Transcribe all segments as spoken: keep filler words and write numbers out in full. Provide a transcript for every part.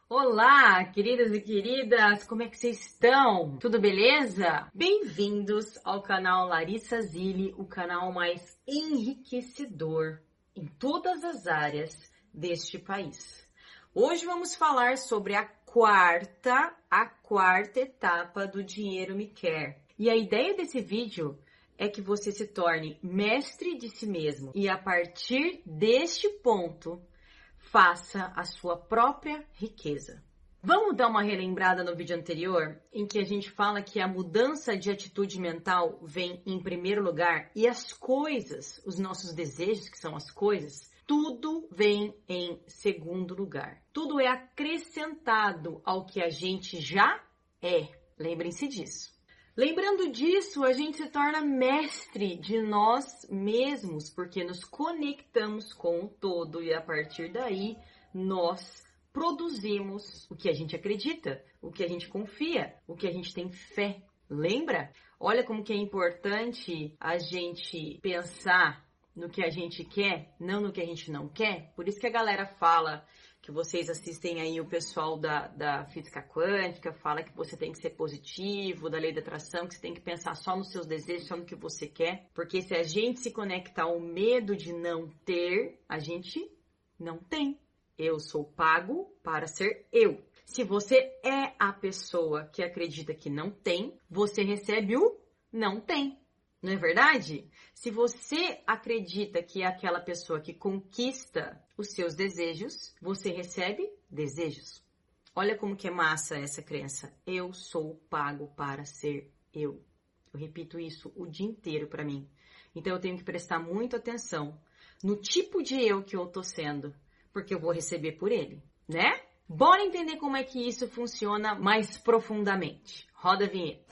Olá, queridas e queridas, como é que vocês estão? Tudo beleza? Bem-vindos ao canal Larissa Zilli, o canal mais enriquecedor em todas as áreas deste país. Hoje vamos falar sobre a quarta, a quarta etapa do Dinheiro Me Quer. E a ideia desse vídeo é que você se torne mestre de si mesmo e a partir deste ponto, faça a sua própria riqueza. Vamos dar uma relembrada no vídeo anterior, em que a gente fala que a mudança de atitude mental vem em primeiro lugar e as coisas, os nossos desejos, que são as coisas, tudo vem em segundo lugar. Tudo é acrescentado ao que a gente já é. Lembrem-se disso. Lembrando disso, a gente se torna mestre de nós mesmos, porque nos conectamos com o todo e a partir daí nós produzimos o que a gente acredita, o que a gente confia, o que a gente tem fé. Lembra? Olha como que é importante a gente pensar no que a gente quer, não no que a gente não quer. Por isso que a galera fala, que vocês assistem aí o pessoal da, da física quântica, fala que você tem que ser positivo, da lei da atração, que você tem que pensar só nos seus desejos, só no que você quer. Porque se a gente se conectar ao medo de não ter, a gente não tem. Eu sou pago para ser eu. Se você é a pessoa que acredita que não tem, você recebe o não tem. Não é verdade? Se você acredita que é aquela pessoa que conquista os seus desejos, você recebe desejos. Olha como que é massa essa crença. Eu sou pago para ser eu. Eu repito isso o dia inteiro para mim. Então eu tenho que prestar muita atenção no tipo de eu que eu tô sendo, porque eu vou receber por ele, né? Bora entender como é que isso funciona mais profundamente. Roda a vinheta.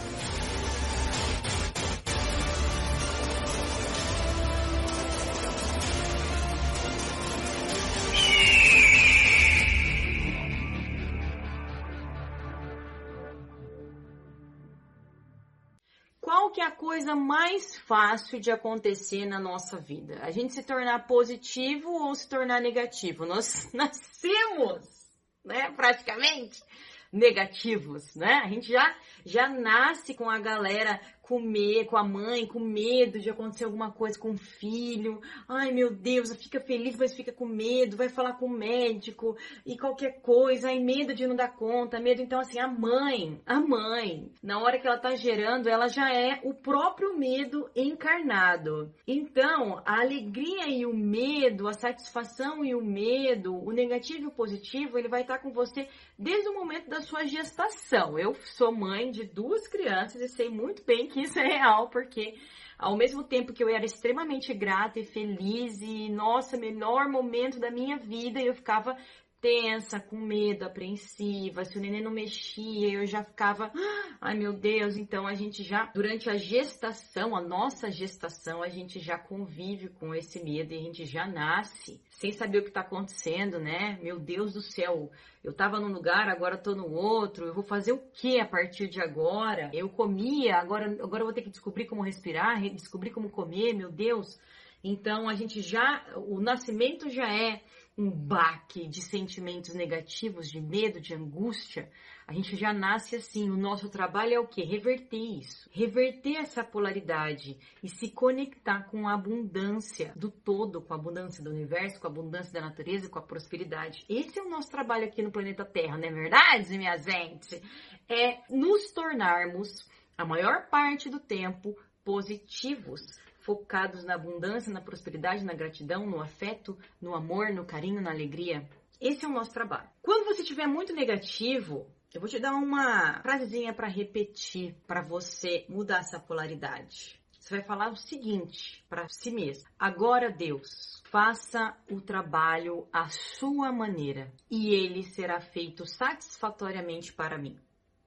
Qual que é a coisa mais fácil de acontecer na nossa vida? A gente se tornar positivo ou se tornar negativo? Nós nascemos, né, praticamente negativos, né? A gente já, já nasce com a galera com medo, com a mãe, com medo de acontecer alguma coisa com o filho. Ai, meu Deus, fica feliz, mas fica com medo, vai falar com o médico e qualquer coisa, ai, medo de não dar conta, medo. Então, assim, a mãe, a mãe, na hora que ela tá gerando, ela já é o próprio medo encarnado. Então, a alegria e o medo, a satisfação e o medo, o negativo e o positivo, ele vai estar com você desde o momento da sua gestação. Eu sou mãe de duas crianças e sei muito bem que isso é real, porque ao mesmo tempo que eu era extremamente grata e feliz e, nossa, melhor momento da minha vida, eu ficava tensa, com medo, apreensiva, se o neném não mexia, eu já ficava, ai meu Deus. Então a gente já, durante a gestação, a nossa gestação, a gente já convive com esse medo e a gente já nasce sem saber o que está acontecendo, né? Meu Deus do céu, eu estava num lugar, agora estou no outro, eu vou fazer o que a partir de agora? Eu comia, agora, agora eu vou ter que descobrir como respirar, descobrir como comer, meu Deus. Então a gente já, o nascimento já é um baque de sentimentos negativos, de medo, de angústia. A gente já nasce assim. O nosso trabalho é o quê? Reverter isso. Reverter essa polaridade e se conectar com a abundância do todo, com a abundância do universo, com a abundância da natureza, com a prosperidade. Esse é o nosso trabalho aqui no planeta Terra, não é verdade, minha gente? É nos tornarmos, a maior parte do tempo, positivos, focados na abundância, na prosperidade, na gratidão, no afeto, no amor, no carinho, na alegria. Esse é o nosso trabalho. Quando você estiver muito negativo, eu vou te dar uma frasezinha para repetir, para você mudar essa polaridade. Você vai falar o seguinte para si mesmo. Agora, Deus, faça o trabalho à sua maneira e ele será feito satisfatoriamente para mim.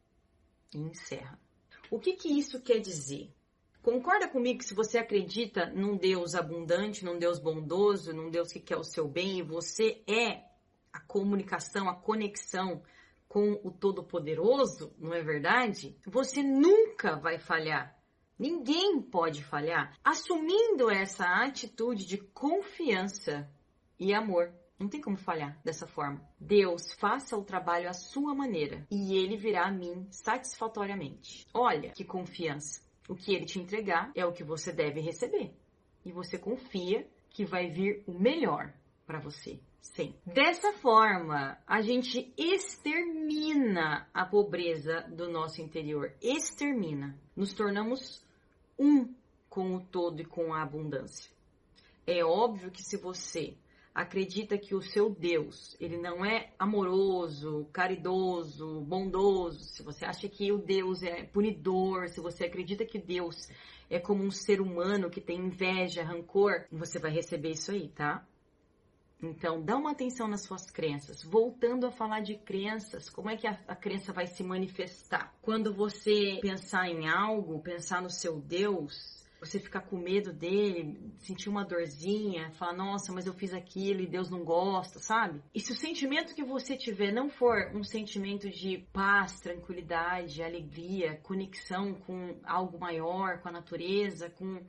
E encerra. O que que isso quer dizer? Concorda comigo que se você acredita num Deus abundante, num Deus bondoso, num Deus que quer o seu bem e você é a comunicação, a conexão com o Todo-Poderoso, não é verdade? Você nunca vai falhar. Ninguém pode falhar. Assumindo essa atitude de confiança e amor. Não tem como falhar dessa forma. Deus, faça o trabalho à sua maneira e ele virá a mim satisfatoriamente. Olha que confiança. O que ele te entregar é o que você deve receber. E você confia que vai vir o melhor para você. Sim. Dessa forma, a gente extermina a pobreza do nosso interior. Extermina. Nos tornamos um com o todo e com a abundância. É óbvio que se você acredita que o seu Deus, ele não é amoroso, caridoso, bondoso, se você acha que o Deus é punidor, se você acredita que Deus é como um ser humano que tem inveja, rancor, você vai receber isso aí, tá? Então, dá uma atenção nas suas crenças. Voltando a falar de crenças, como é que a, a crença vai se manifestar? Quando você pensar em algo, pensar no seu Deus, você ficar com medo dele, sentir uma dorzinha, falar, nossa, mas eu fiz aquilo e Deus não gosta, sabe? E se o sentimento que você tiver não for um sentimento de paz, tranquilidade, alegria, conexão com algo maior, com a natureza, com...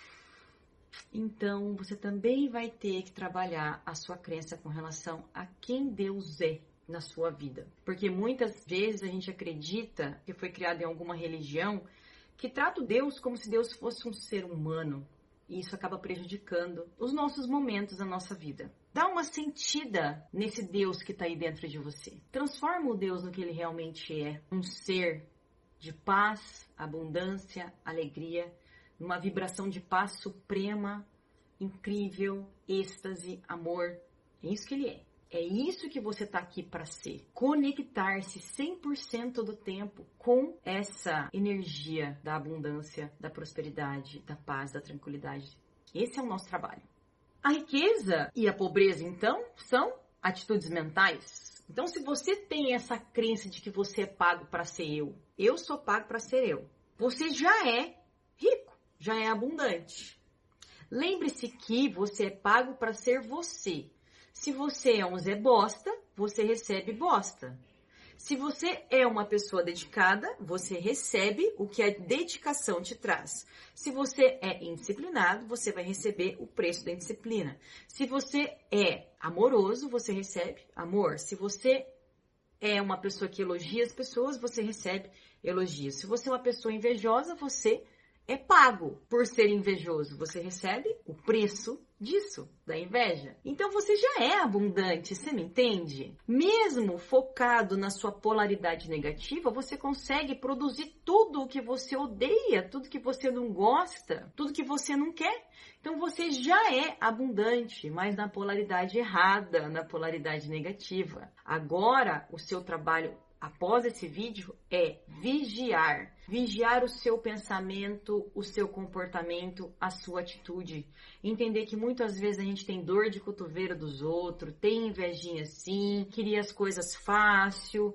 Então, você também vai ter que trabalhar a sua crença com relação a quem Deus é na sua vida. Porque muitas vezes a gente acredita que foi criado em alguma religião que trata o Deus como se Deus fosse um ser humano. E isso acaba prejudicando os nossos momentos da nossa vida. Dá uma sentida nesse Deus que está aí dentro de você. Transforma o Deus no que ele realmente é. Um ser de paz, abundância, alegria, numa vibração de paz suprema, incrível, êxtase, amor. É isso que ele é. É isso que você está aqui para ser. Conectar-se cem por cento do tempo com essa energia da abundância, da prosperidade, da paz, da tranquilidade. Esse é o nosso trabalho. A riqueza e a pobreza, então, são atitudes mentais. Então, se você tem essa crença de que você é pago para ser eu, eu sou pago para ser eu, você já é rico, já é abundante. Lembre-se que você é pago para ser você. Se você é um Zé Bosta, você recebe bosta. Se você é uma pessoa dedicada, você recebe o que a dedicação te traz. Se você é indisciplinado, você vai receber o preço da indisciplina. Se você é amoroso, você recebe amor. Se você é uma pessoa que elogia as pessoas, você recebe elogios. Se você é uma pessoa invejosa, você é pago por ser invejoso. Você recebe o preço disso, da inveja. Então você já é abundante, você me entende? Mesmo focado na sua polaridade negativa, você consegue produzir tudo o que você odeia, tudo que você não gosta, tudo que você não quer. Então você já é abundante, mas na polaridade errada, na polaridade negativa. Agora, o seu trabalho após esse vídeo é vigiar. Vigiar o seu pensamento, o seu comportamento, a sua atitude. Entender que muitas vezes a gente tem dor de cotovelo dos outros, tem invejinha sim, queria as coisas fácil,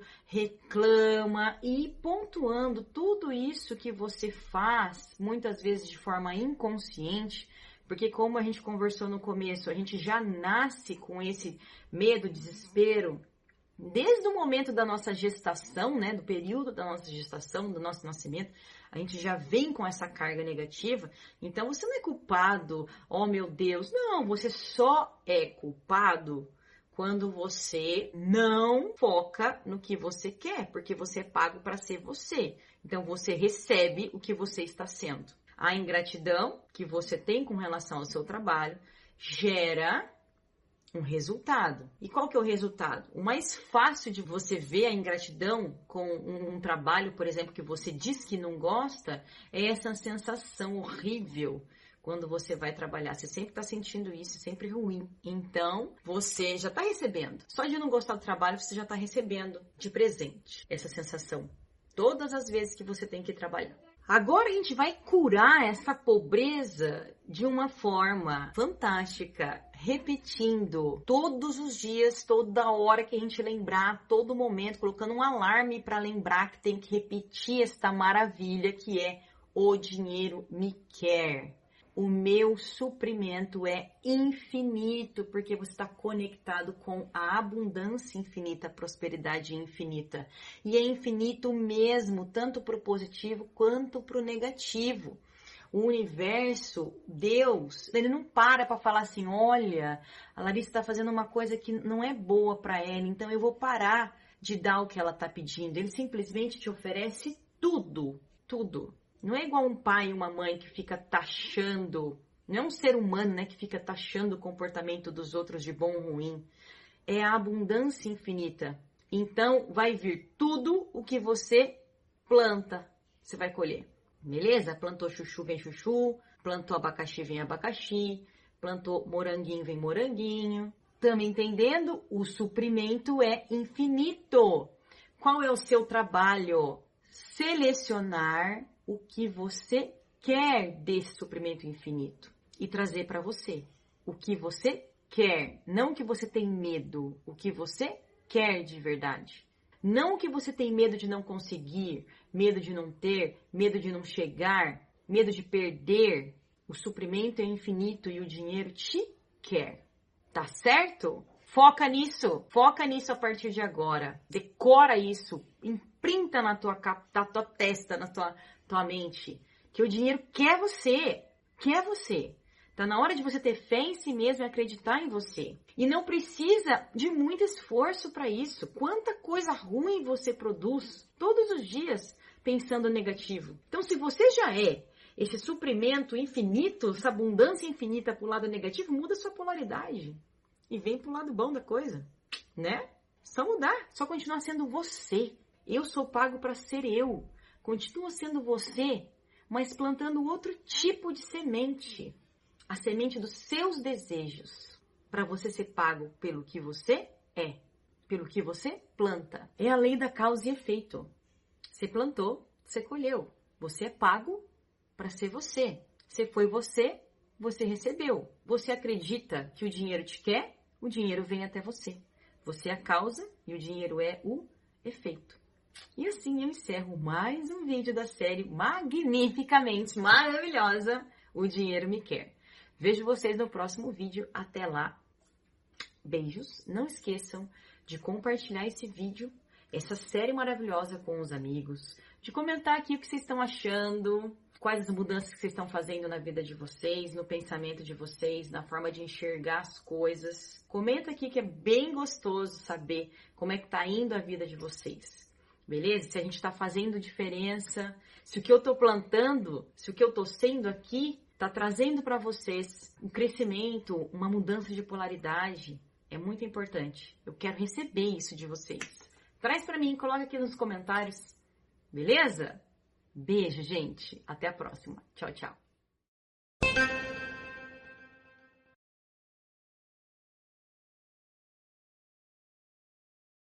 reclama e pontuando tudo isso que você faz, muitas vezes de forma inconsciente, porque como a gente conversou no começo, a gente já nasce com esse medo, desespero, desde o momento da nossa gestação, né, do período da nossa gestação, do nosso nascimento, a gente já vem com essa carga negativa. Então, você não é culpado, oh meu Deus, não, você só é culpado quando você não foca no que você quer, porque você é pago para ser você. Então, você recebe o que você está sendo. A ingratidão que você tem com relação ao seu trabalho gera um resultado. E qual que é o resultado? O mais fácil de você ver a ingratidão com um, um trabalho, por exemplo, que você diz que não gosta, é essa sensação horrível quando você vai trabalhar. Você sempre está sentindo isso, sempre ruim. Então, você já está recebendo. Só de não gostar do trabalho, você já está recebendo de presente essa sensação. Todas as vezes que você tem que trabalhar. Agora a gente vai curar essa pobreza de uma forma fantástica, repetindo todos os dias, toda hora que a gente lembrar, todo momento, colocando um alarme para lembrar que tem que repetir esta maravilha que é o dinheiro me quer. O meu suprimento é infinito, porque você está conectado com a abundância infinita, a prosperidade infinita. E é infinito mesmo, tanto para o positivo quanto para o negativo. O universo, Deus, ele não para para falar assim, olha, a Larissa está fazendo uma coisa que não é boa para ela, então eu vou parar de dar o que ela está pedindo. Ele simplesmente te oferece tudo, tudo. Não é igual um pai e uma mãe que fica taxando, não é um ser humano, né, que fica taxando o comportamento dos outros de bom ou ruim. É a abundância infinita. Então, vai vir tudo o que você planta, você vai colher. Beleza? Plantou chuchu, vem chuchu. Plantou abacaxi, vem abacaxi. Plantou moranguinho, vem moranguinho. Estamos entendendo? O suprimento é infinito. Qual é o seu trabalho? Selecionar o que você quer desse suprimento infinito e trazer para você. O que você quer, não o que você tem medo, o que você quer de verdade. Não o que você tem medo de não conseguir, medo de não ter, medo de não chegar, medo de perder. O suprimento é infinito e o dinheiro te quer. Tá certo? Foca nisso. Foca nisso a partir de agora. Decora isso. Imprinta na tua, na tua testa, na tua, tua mente. Que o dinheiro quer você. Quer você. Tá na hora de você ter fé em si mesmo e acreditar em você. E não precisa de muito esforço para isso. Quanta coisa ruim você produz todos os dias pensando negativo. Então, se você já é esse suprimento infinito, essa abundância infinita pro lado negativo, muda sua polaridade. E vem pro lado bom da coisa, né? Só mudar, só continuar sendo você. Eu sou pago para ser eu. Continua sendo você, mas plantando outro tipo de semente. A semente dos seus desejos, para você ser pago pelo que você é, pelo que você planta. É a lei da causa e efeito. Você plantou, você colheu. Você é pago para ser você. Você foi você, você recebeu. Você acredita que o dinheiro te quer, o dinheiro vem até você. Você é a causa e o dinheiro é o efeito. E assim eu encerro mais um vídeo da série magnificamente maravilhosa, O Dinheiro Me Quer. Vejo vocês no próximo vídeo. Até lá. Beijos. Não esqueçam de compartilhar esse vídeo, essa série maravilhosa com os amigos. De comentar aqui o que vocês estão achando, quais as mudanças que vocês estão fazendo na vida de vocês, no pensamento de vocês, na forma de enxergar as coisas. Comenta aqui que é bem gostoso saber como é que tá indo a vida de vocês. Beleza? Se a gente está fazendo diferença, se o que eu estou plantando, se o que eu estou sendo aqui está trazendo para vocês um crescimento, uma mudança de polaridade, é muito importante. Eu quero receber isso de vocês. Traz para mim, coloca aqui nos comentários. Beleza? Beijo, gente. Até a próxima. Tchau, tchau.